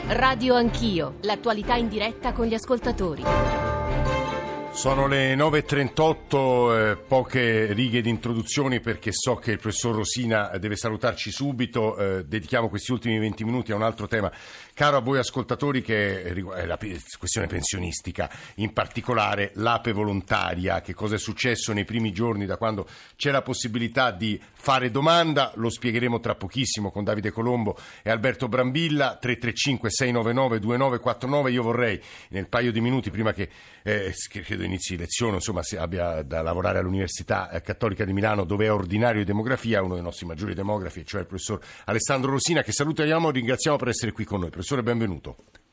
Radio Anch'io, l'attualità in diretta con gli ascoltatori. Sono le 9.38, poche righe di introduzioni perché so che il professor Rosina deve salutarci subito. Dedichiamo questi ultimi 20 minuti a un altro tema caro a voi ascoltatori, che è la questione pensionistica, in particolare l'APE volontaria. Che cosa è successo nei primi giorni da quando c'è la possibilità di fare domanda? Lo spiegheremo tra pochissimo con Davide Colombo e Alberto Brambilla. 335 699 2949. Io vorrei, nel paio di minuti prima che credo inizi lezione, insomma, se abbia da lavorare all'Università Cattolica di Milano, dove è ordinario di demografia, uno dei nostri maggiori demografi, cioè il professor Alessandro Rosina, che salutiamo e ringraziamo per essere qui con noi. Professore, benvenuto.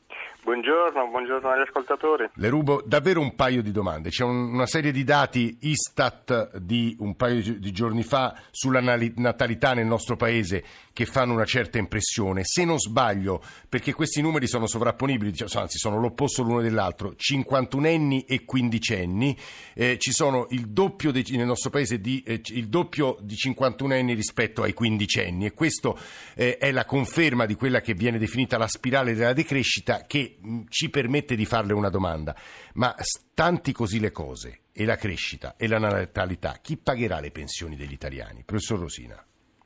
Buongiorno agli ascoltatori. Le rubo davvero un paio di domande. C'è una serie di dati Istat di un paio di giorni fa sulla natalità nel nostro paese che fanno una certa impressione. Se non sbaglio, perché questi numeri sono sovrapponibili, anzi sono l'opposto l'uno dell'altro, 51enni e quindicenni, ci sono il doppio nel nostro paese il doppio di 51enni rispetto ai quindicenni, e questo è la conferma di quella che viene definita la spirale della decrescita, che ci permette di farle una domanda: ma stanti così le cose e la crescita e la natalità, chi pagherà le pensioni degli italiani? Professor Rosina.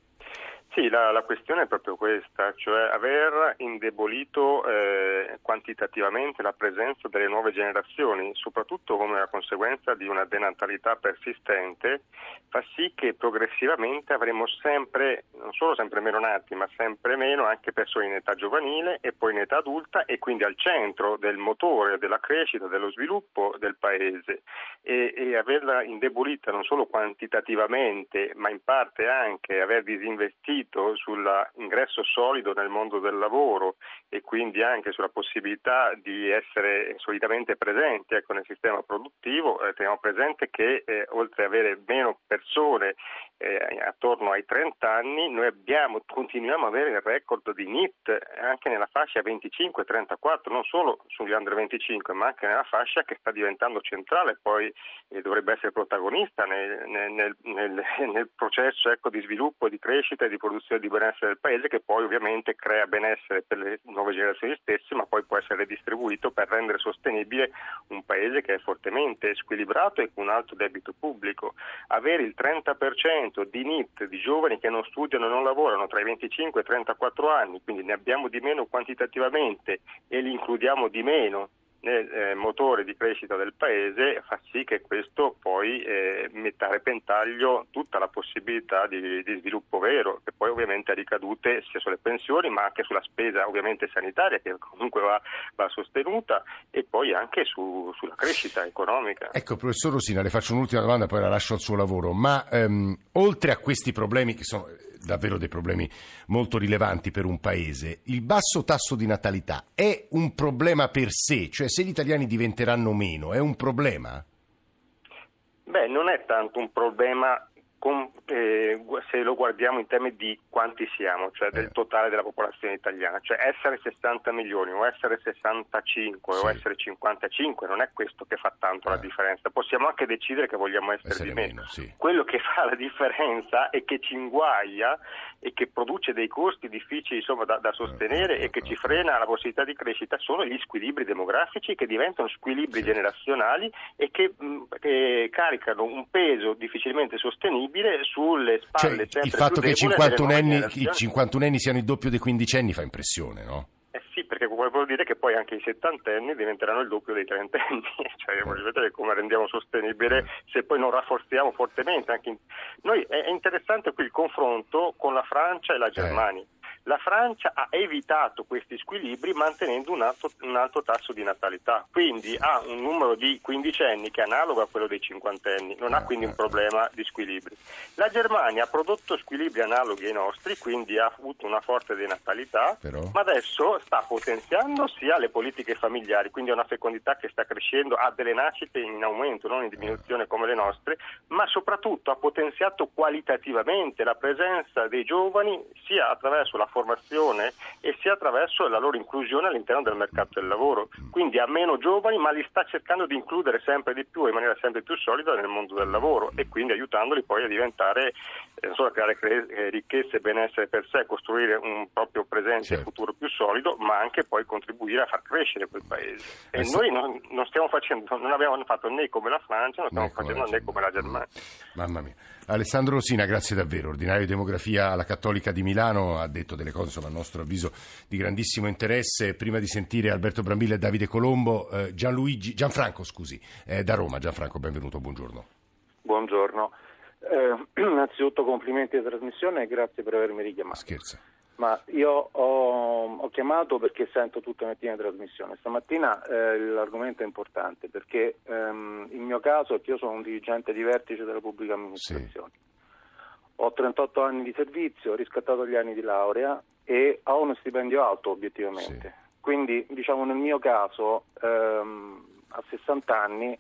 Sì, la questione è proprio questa, cioè aver indebolito quantitativamente la presenza delle nuove generazioni, soprattutto come una conseguenza di una denatalità persistente, fa sì che progressivamente avremo sempre, non solo sempre meno nati, ma sempre meno anche persone in età giovanile e poi in età adulta, e quindi al centro del motore della crescita, dello sviluppo del paese. E averla indebolita non solo quantitativamente, ma in parte anche aver disinvestito sull'ingresso solido nel mondo del lavoro e quindi anche sulla possibilità di essere solidamente presenti nel sistema produttivo. Teniamo presente che oltre ad avere meno persone attorno ai 30 anni, noi continuiamo a avere il record di NEET anche nella fascia 25-34, non solo sugli under 25, ma anche nella fascia che sta diventando centrale, poi dovrebbe essere protagonista nel processo di sviluppo, di crescita e di produzione di benessere del paese, che poi ovviamente crea benessere per le nuove generazioni stesse, ma poi può essere redistribuito per rendere sostenibile un paese che è fortemente squilibrato e con un alto debito pubblico. Avere il 30% di NEET di giovani che non studiano e non lavorano tra i 25 e i 34 anni, quindi ne abbiamo di meno quantitativamente e li includiamo di meno nel motore di crescita del paese, fa sì che questo poi metta a repentaglio tutta la possibilità di sviluppo vero, che poi ovviamente ha ricadute sia sulle pensioni ma anche sulla spesa ovviamente sanitaria, che comunque va sostenuta, e poi anche sulla crescita economica. Ecco, professor Rosina, le faccio un'ultima domanda, poi la lascio al suo lavoro, ma oltre a questi problemi che sono davvero dei problemi molto rilevanti per un paese, il basso tasso di natalità è un problema per sé? Cioè, se gli italiani diventeranno meno, è un problema? Beh, non è tanto un problema se lo guardiamo in termini di quanti siamo, cioè del totale della popolazione italiana, cioè essere 60 milioni o essere 65 o essere 55 non è questo che fa tanto la differenza. Possiamo anche decidere che vogliamo essere di meno. Quello che fa la differenza e che ci inguaia e che produce dei costi difficili da sostenere e che ci frena la possibilità di crescita sono gli squilibri demografici, che diventano squilibri generazionali e che caricano un peso difficilmente sostenibile sulle spalle, cioè, il fatto che i 51enni siano il doppio dei quindicenni fa impressione, no? Sì, perché vuol dire che poi anche i settantenni diventeranno il doppio dei trentenni, cioè voglio vedere come rendiamo sostenibile se poi non rafforziamo fortemente noi. È interessante qui il confronto con la Francia e la Germania. La Francia ha evitato questi squilibri mantenendo un alto tasso di natalità, quindi ha un numero di quindicenni che è analogo a quello dei cinquantenni, non ha quindi un problema di squilibri. La Germania ha prodotto squilibri analoghi ai nostri, quindi ha avuto una forte denatalità, ma adesso sta potenziando sia le politiche familiari, quindi ha una fecondità che sta crescendo, ha delle nascite in aumento, non in diminuzione come le nostre, ma soprattutto ha potenziato qualitativamente la presenza dei giovani sia attraverso la formazione formazione e sia attraverso la loro inclusione all'interno del mercato del lavoro. Quindi ha meno giovani, ma li sta cercando di includere sempre di più in maniera sempre più solida nel mondo del lavoro e quindi aiutandoli poi a diventare, non solo a creare ricchezza e benessere per sé, costruire un proprio presente e futuro più solido, ma anche poi contribuire a far crescere quel paese. E noi non stiamo facendo, non abbiamo fatto né come la Francia, non stiamo facendo né come la Germania. Mamma mia. Alessandro Rosina, grazie davvero. Ordinario di demografia alla Cattolica di Milano, ha detto delle cose, insomma, a nostro avviso di grandissimo interesse. Prima di sentire Alberto Brambilla e Davide Colombo, Gianfranco, da Roma. Gianfranco, benvenuto, buongiorno. Buongiorno. Innanzitutto complimenti alla trasmissione e grazie per avermi richiamato. Scherza. Ma io ho chiamato perché sento tutte le mattine la trasmissione. Stamattina l'argomento è importante perché il mio caso è che io sono un dirigente di vertice della pubblica amministrazione. Sì. Ho 38 anni di servizio, ho riscattato gli anni di laurea e ho uno stipendio alto obiettivamente. Sì. Quindi diciamo nel mio caso a 60 anni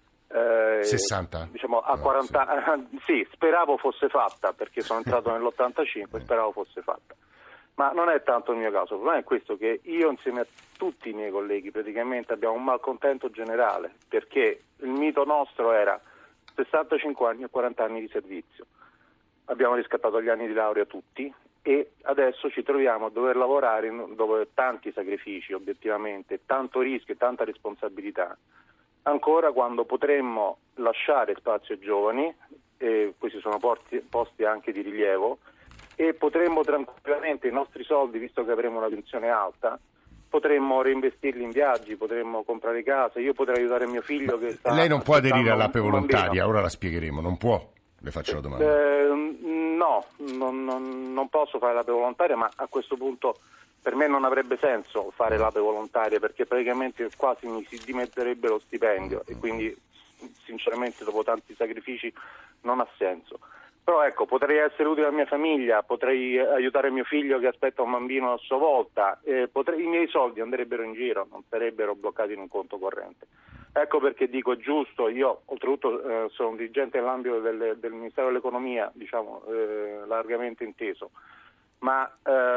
60? Diciamo a 40 sì, speravo fosse fatta perché sono entrato nell'85, speravo fosse fatta. Ma non è tanto il mio caso, il problema è questo, che io insieme a tutti i miei colleghi praticamente abbiamo un malcontento generale, perché il mito nostro era 65 anni e 40 anni di servizio. Abbiamo riscattato gli anni di laurea tutti e adesso ci troviamo a dover lavorare dopo tanti sacrifici obiettivamente, tanto rischio e tanta responsabilità, ancora quando potremmo lasciare spazio ai giovani, e questi sono posti anche di rilievo, e potremmo tranquillamente i nostri soldi, visto che avremo una pensione alta, potremmo reinvestirli in viaggi, potremmo comprare case, io potrei aiutare mio figlio che sta... Lei non può aderire all'ape volontaria, ora la spiegheremo, non può? Le faccio la domanda. No, non posso fare l'ape volontaria, ma a questo punto per me non avrebbe senso fare l'ape volontaria perché praticamente quasi mi si dimezzerebbe lo stipendio e quindi sinceramente dopo tanti sacrifici non ha senso. Però ecco, potrei essere utile alla mia famiglia, potrei aiutare mio figlio che aspetta un bambino a sua volta, i miei soldi andrebbero in giro, non sarebbero bloccati in un conto corrente. Ecco perché dico è giusto, io oltretutto sono un dirigente nell'ambito del Ministero dell'Economia, diciamo largamente inteso, ma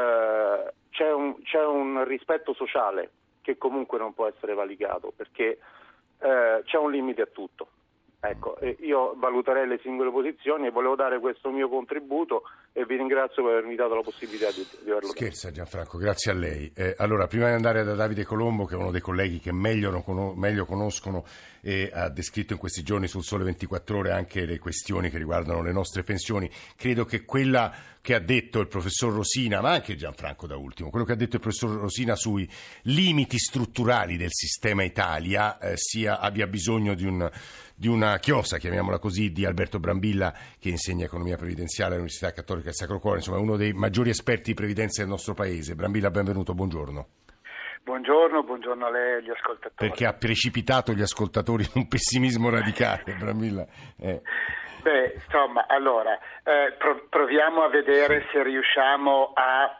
c'è un rispetto sociale che comunque non può essere valicato perché c'è un limite a tutto. Ecco, io valuterei le singole posizioni e volevo dare questo mio contributo e vi ringrazio per avermi dato la possibilità di averlo. Scherza Gianfranco, grazie a lei. Allora, prima di andare da Davide Colombo, che è uno dei colleghi che meglio conoscono e ha descritto in questi giorni sul Sole 24 Ore anche le questioni che riguardano le nostre pensioni, credo che quella che ha detto il professor Rosina, ma anche Gianfranco da ultimo, quello che ha detto il professor Rosina sui limiti strutturali del sistema Italia abbia bisogno di una chiosa, chiamiamola così, di Alberto Brambilla, che insegna economia previdenziale all'Università Cattolica del Sacro Cuore, insomma uno dei maggiori esperti di previdenza del nostro paese. Brambilla, benvenuto, buongiorno. Buongiorno a lei e agli ascoltatori. Perché ha precipitato gli ascoltatori in un pessimismo radicale, Brambilla. Beh, insomma, allora, proviamo a vedere se riusciamo a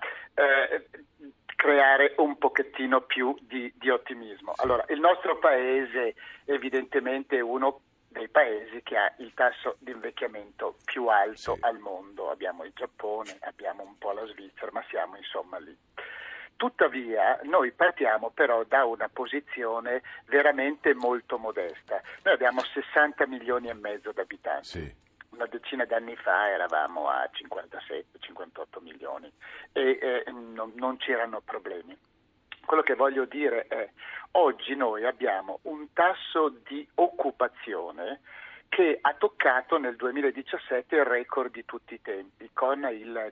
creare un pochettino più di ottimismo. Sì. Allora, il nostro paese evidentemente è uno dei paesi che ha il tasso di invecchiamento più alto sì. al mondo. Abbiamo il Giappone, abbiamo un po' la Svizzera, ma siamo insomma lì. Tuttavia noi partiamo però da una posizione veramente molto modesta. Noi abbiamo 60 milioni e mezzo di abitanti. Sì. Una decina d'anni fa eravamo a 57-58 milioni e non c'erano problemi. Quello che voglio dire è oggi noi abbiamo un tasso di occupazione che ha toccato nel 2017 il record di tutti i tempi con il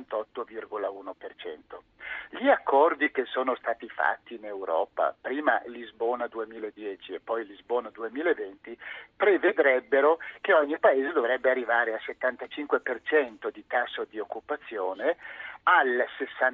58,1%. Gli accordi che sono stati fatti in Europa, prima Lisbona 2010 e poi Lisbona 2020, prevedrebbero che ogni paese dovrebbe arrivare al 75% di tasso di occupazione, al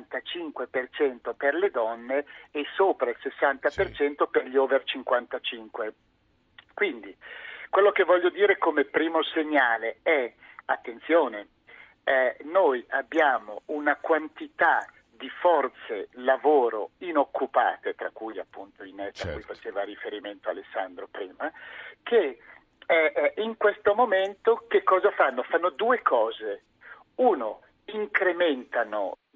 65% per le donne e sopra il 60% per gli over 55. Quindi quello che voglio dire come primo segnale è, attenzione, noi abbiamo una quantità di forze lavoro inoccupate, tra cui appunto i net a cui faceva riferimento Alessandro prima, che in questo momento che cosa fanno? Fanno due cose. Uno, incrementano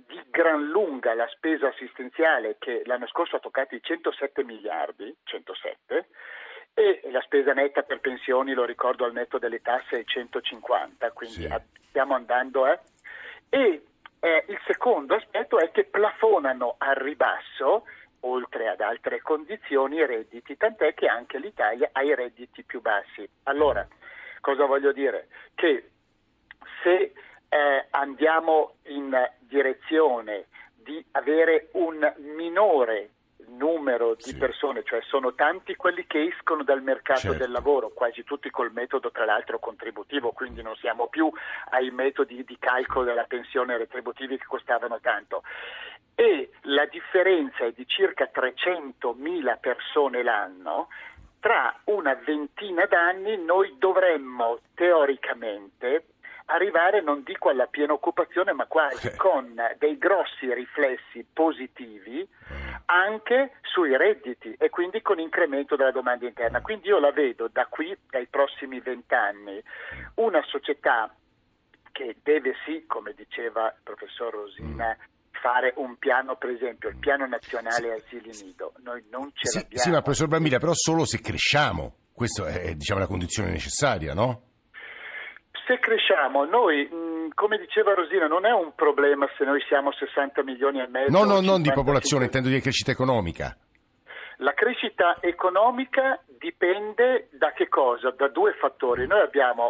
di gran lunga la spesa assistenziale, che l'anno scorso ha toccato i 107 miliardi, 107, e la spesa netta per pensioni, lo ricordo al netto delle tasse, è 150, quindi stiamo andando. E il secondo aspetto è che plafonano al ribasso, oltre ad altre condizioni, i redditi, tant'è che anche l'Italia ha i redditi più bassi. Allora, cosa voglio dire? Che se andiamo in direzione di avere un minore numero di persone, cioè sono tanti quelli che escono dal mercato del lavoro, quasi tutti col metodo tra l'altro contributivo, quindi non siamo più ai metodi di calcolo della pensione retributivi che costavano tanto, e la differenza è di circa 300.000 persone l'anno. Tra una ventina d'anni noi dovremmo teoricamente arrivare, non dico alla piena occupazione, ma quasi con dei grossi riflessi positivi anche sui redditi e quindi con incremento della domanda interna. Quindi io la vedo da qui ai prossimi 20 anni una società che deve, sì, come diceva il professor Rosina, fare un piano, per esempio il piano nazionale asili nido. Noi non ce l'abbiamo. Sì, ma professor Brambilla, però solo se cresciamo. Questa è, diciamo, la condizione necessaria, no? Se cresciamo, noi, come diceva Rosina, non è un problema se noi siamo 60 milioni e mezzo. No, non di popolazione, intendo di crescita economica. La crescita economica dipende da che cosa? Da due fattori. Noi abbiamo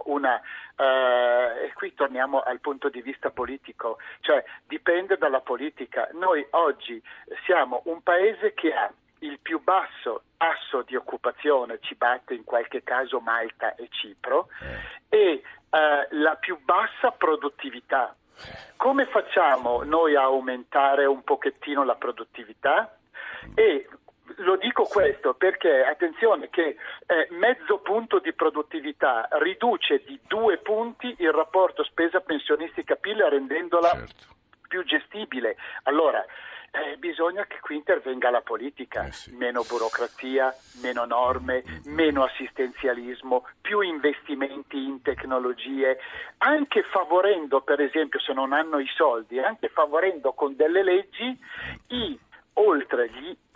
e qui torniamo al punto di vista politico, cioè dipende dalla politica. Noi oggi siamo un paese che ha il più basso tasso di occupazione, ci batte in qualche caso Malta e Cipro, e la più bassa produttività. Come facciamo noi a aumentare un pochettino la produttività? E lo dico questo perché, attenzione, che mezzo punto di produttività riduce di 2 punti il rapporto spesa pensionistica-PIL, rendendola più gestibile. Allora, bisogna che qui intervenga la politica, meno burocrazia, meno norme, meno assistenzialismo, più investimenti in tecnologie, anche favorendo, per esempio, se non hanno i soldi, anche favorendo con delle leggi oltre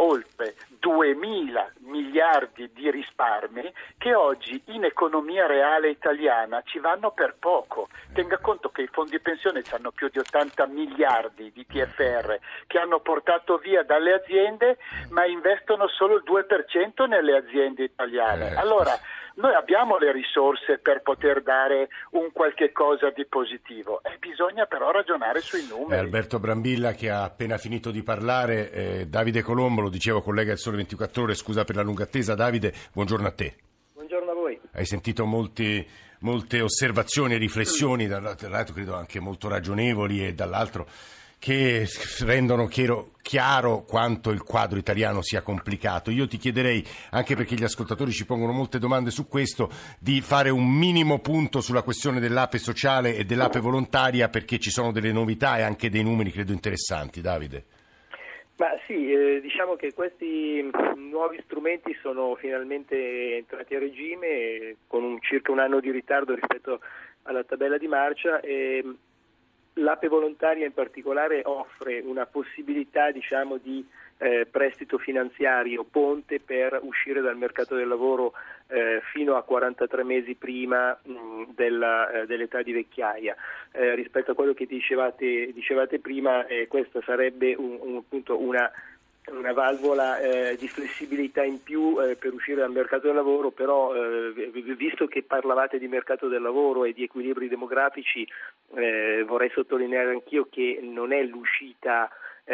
2.000 miliardi di risparmi che oggi in economia reale italiana ci vanno per poco. Tenga conto che i fondi pensione hanno più di 80 miliardi di TFR che hanno portato via dalle aziende, ma investono solo il 2% nelle aziende italiane. Allora, noi abbiamo le risorse per poter dare un qualche cosa di positivo, bisogna però ragionare sui numeri. Alberto Brambilla, che ha appena finito di parlare, Davide Colombo, lo dicevo, collega del Sole 24 Ore, scusa per la lunga attesa. Davide, buongiorno a te. Buongiorno a voi. Hai sentito molte osservazioni e riflessioni, dall'altro credo anche molto ragionevoli, e dall'altro che rendono chiaro quanto il quadro italiano sia complicato. Io ti chiederei, anche perché gli ascoltatori ci pongono molte domande su questo, di fare un minimo punto sulla questione dell'APE sociale e dell'APE volontaria, perché ci sono delle novità e anche dei numeri credo interessanti. Davide. Ma sì, diciamo che questi nuovi strumenti sono finalmente entrati a regime con circa un anno di ritardo rispetto alla tabella di marcia, e l'APE volontaria in particolare offre una possibilità, diciamo, di prestito finanziario ponte per uscire dal mercato del lavoro fino a 43 mesi prima dell'età di vecchiaia. Rispetto a quello che dicevate prima, questa sarebbe appunto una valvola di flessibilità in più per uscire dal mercato del lavoro, però visto che parlavate di mercato del lavoro e di equilibri demografici, vorrei sottolineare anch'io che non è l'uscita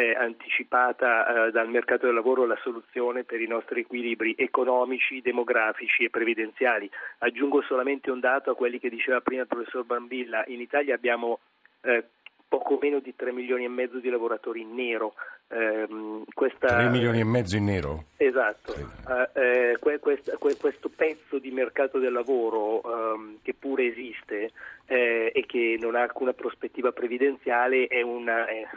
anticipata dal mercato del lavoro la soluzione per i nostri equilibri economici, demografici e previdenziali. Aggiungo solamente un dato a quelli che diceva prima il professor Brambilla. In Italia abbiamo poco meno di 3 milioni e mezzo di lavoratori in nero. 3 milioni e mezzo in nero? Esatto. Questo pezzo di mercato del lavoro che pure esiste e che non ha alcuna prospettiva previdenziale è un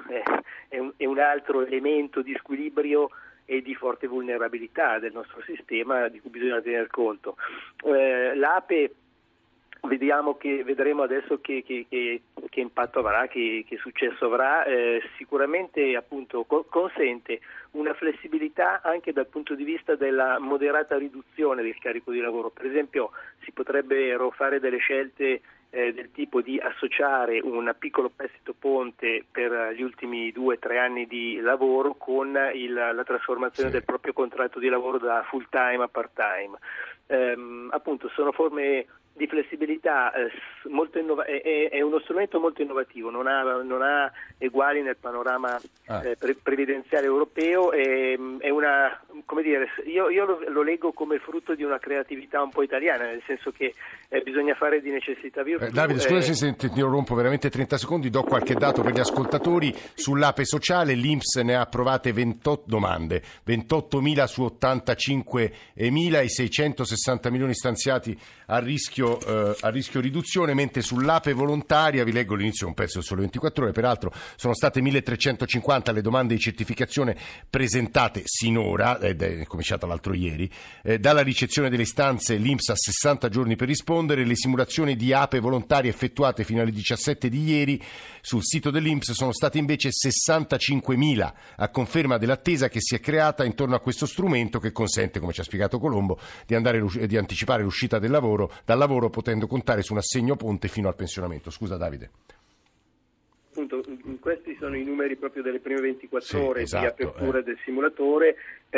altro elemento di squilibrio e di forte vulnerabilità del nostro sistema di cui bisogna tener conto. L'APE Vedremo adesso che impatto avrà, che successo avrà. Sicuramente appunto consente una flessibilità anche dal punto di vista della moderata riduzione del carico di lavoro. Per esempio si potrebbero fare delle scelte del tipo di associare un piccolo prestito ponte per gli ultimi 2-3 anni di lavoro con la trasformazione del proprio contratto di lavoro da full time a part time. Appunto sono forme di flessibilità è uno strumento molto innovativo, non ha eguali nel panorama previdenziale europeo, è una, come dire, io lo leggo come frutto di una creatività un po' italiana, nel senso che bisogna fare di necessità virtù. Davide, scusa se ti rompo veramente 30 secondi, do qualche dato per gli ascoltatori. Sull'Ape sociale l'INPS ne ha approvate 28 domande, 28.000 su 85.000, i 660 milioni stanziati a rischio riduzione, mentre sull'Ape volontaria, vi leggo l'inizio di un pezzo del Sole 24 Ore, peraltro sono state 1.350 le domande di certificazione presentate sinora, è cominciata l'altro ieri, dalla ricezione delle istanze l'INPS ha 60 giorni per rispondere, le simulazioni di Ape volontarie effettuate fino alle 17 di ieri sul sito dell'INPS sono state invece 65.000, a conferma dell'attesa che si è creata intorno a questo strumento che consente, come ci ha spiegato Colombo, di anticipare l'uscita dal lavoro potendo contare su un assegno ponte fino al pensionamento. Scusa Davide. Appunto, questi sono i numeri proprio delle prime 24 ore esatto, di apertura del simulatore.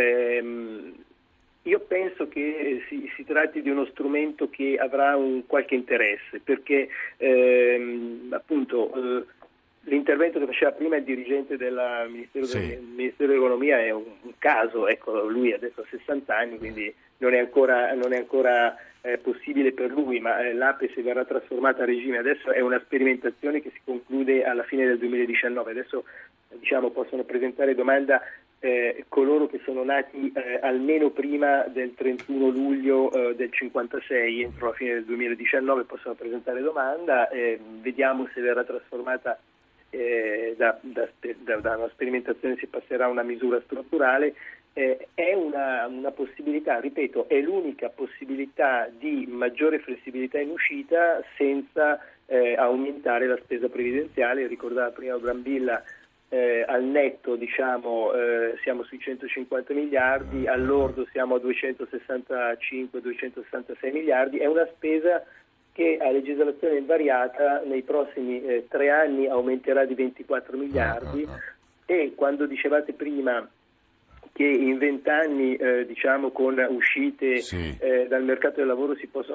Io penso che si tratti di uno strumento che avrà un qualche interesse, perché appunto l'intervento che faceva prima il dirigente del Ministero dell'Economia è un caso, ecco, lui adesso ha 60 anni, quindi non è ancora possibile per lui, ma l'Ape, se verrà trasformata a regime, adesso è una sperimentazione che si conclude alla fine del 2019, adesso possono presentare domanda coloro che sono nati almeno prima del 31 luglio del 56, entro la fine del 2019 possono presentare domanda, vediamo se verrà trasformata da una sperimentazione, si passerà a una misura strutturale. È una possibilità, ripeto, è l'unica possibilità di maggiore flessibilità in uscita senza aumentare la spesa previdenziale. Ricordava prima Brambilla, al netto siamo sui 150 miliardi, all'ordo siamo a 265-266 miliardi, è una spesa che a legislazione invariata nei prossimi 3 anni aumenterà di 24 miliardi e quando dicevate prima che in 20 anni con uscite dal mercato del lavoro si può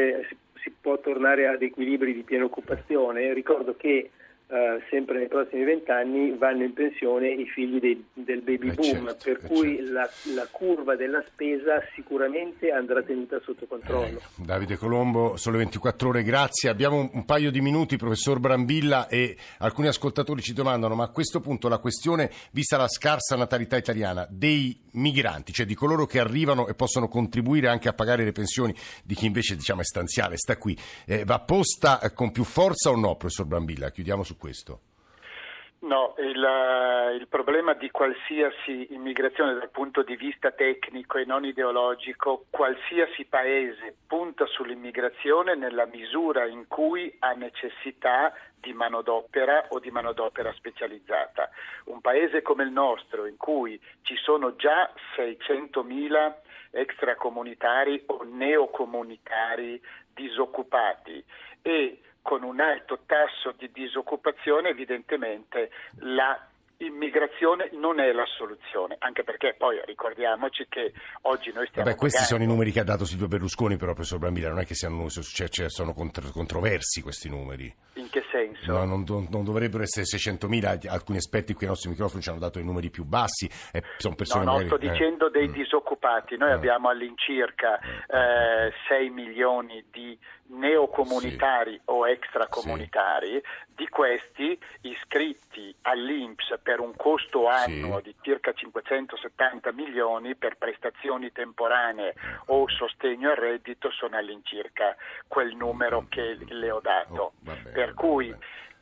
tornare ad equilibri di piena occupazione, ricordo che sempre nei prossimi 20 anni vanno in pensione i figli del baby boom, cui la curva della spesa sicuramente andrà tenuta sotto controllo. Davide Colombo, Sole 24 Ore, grazie. Abbiamo un paio di minuti, professor Brambilla, e alcuni ascoltatori ci domandano, ma a questo punto la questione, vista la scarsa natalità italiana, dei migranti, cioè di coloro che arrivano e possono contribuire anche a pagare le pensioni di chi invece è stanziale, sta qui, va posta con più forza o no, professor Brambilla? Chiudiamo su questo. No, il problema di qualsiasi immigrazione dal punto di vista tecnico e non ideologico, qualsiasi paese punta sull'immigrazione nella misura in cui ha necessità di manodopera o di manodopera specializzata. Un paese come il nostro, in cui ci sono già 600.000 extracomunitari o neocomunitari disoccupati e con un alto tasso di disoccupazione, evidentemente la immigrazione non è la soluzione, anche perché poi ricordiamoci che oggi noi stiamo questi sono i numeri che ha dato Silvio Berlusconi, però professor Brambilla, non è che sono controversi questi numeri. In che senso? No, non dovrebbero essere 600.000, alcuni esperti qui ai nostri microfoni ci hanno dato i numeri più bassi, sono persone sto dicendo dei disoccupati, noi abbiamo all'incirca 6 milioni di neocomunitari o extracomunitari, di questi iscritti all'INPS per un costo annuo di circa 570 milioni per prestazioni temporanee o sostegno al reddito sono all'incirca quel numero che le ho dato. Per cui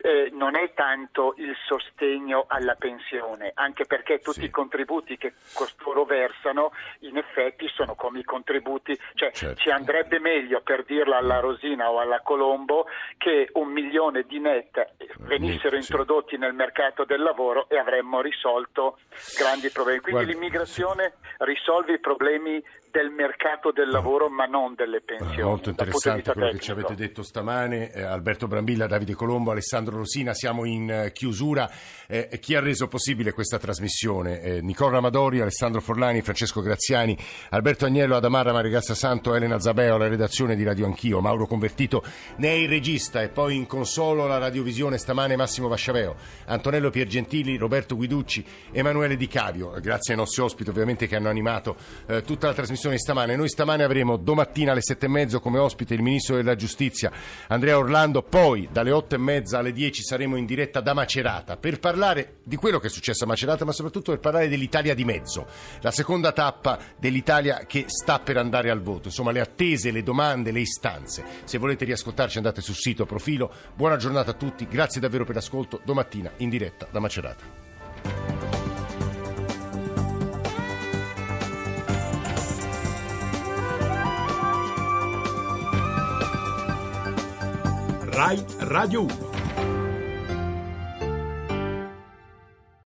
non è tanto il sostegno alla pensione, anche perché tutti i contributi che costoro versano in effetti sono come i contributi, cioè ci andrebbe meglio, per dirla alla Rosina o alla Colombo, che 1 milione di net venissero introdotti nel mercato del lavoro e avremmo risolto grandi problemi. Quindi l'immigrazione risolve i problemi del mercato del lavoro, ma non delle pensioni. Molto interessante quello che ci avete detto stamane. Alberto Brambilla, Davide Colombo, Alessandro Rosina, siamo in chiusura. Chi ha reso possibile questa trasmissione? Nicola Amadori, Alessandro Forlani, Francesco Graziani, Alberto Agnello, Adamarra, Marigassa Santo, Elena Zabeo, la redazione di Radio Anch'io, Mauro Convertito ne è il regista, e poi in consolo la radiovisione stamane Massimo Vasciaveo, Antonello Piergentili, Roberto Guiducci, Emanuele Di Cavio. Grazie ai nostri ospiti ovviamente che hanno animato tutta la trasmissione stamane. Noi stamane avremo domattina alle 7:30 come ospite il Ministro della Giustizia Andrea Orlando, poi dalle 8:30 alle 10 saremo in diretta da Macerata per parlare di quello che è successo a Macerata, ma soprattutto per parlare dell'Italia di mezzo, la seconda tappa dell'Italia che sta per andare al voto, insomma le attese, le domande, le istanze. Se volete riascoltarci andate sul sito Profilo. Buona giornata a tutti, grazie davvero per l'ascolto, domattina in diretta da Macerata. Rai Radio 1.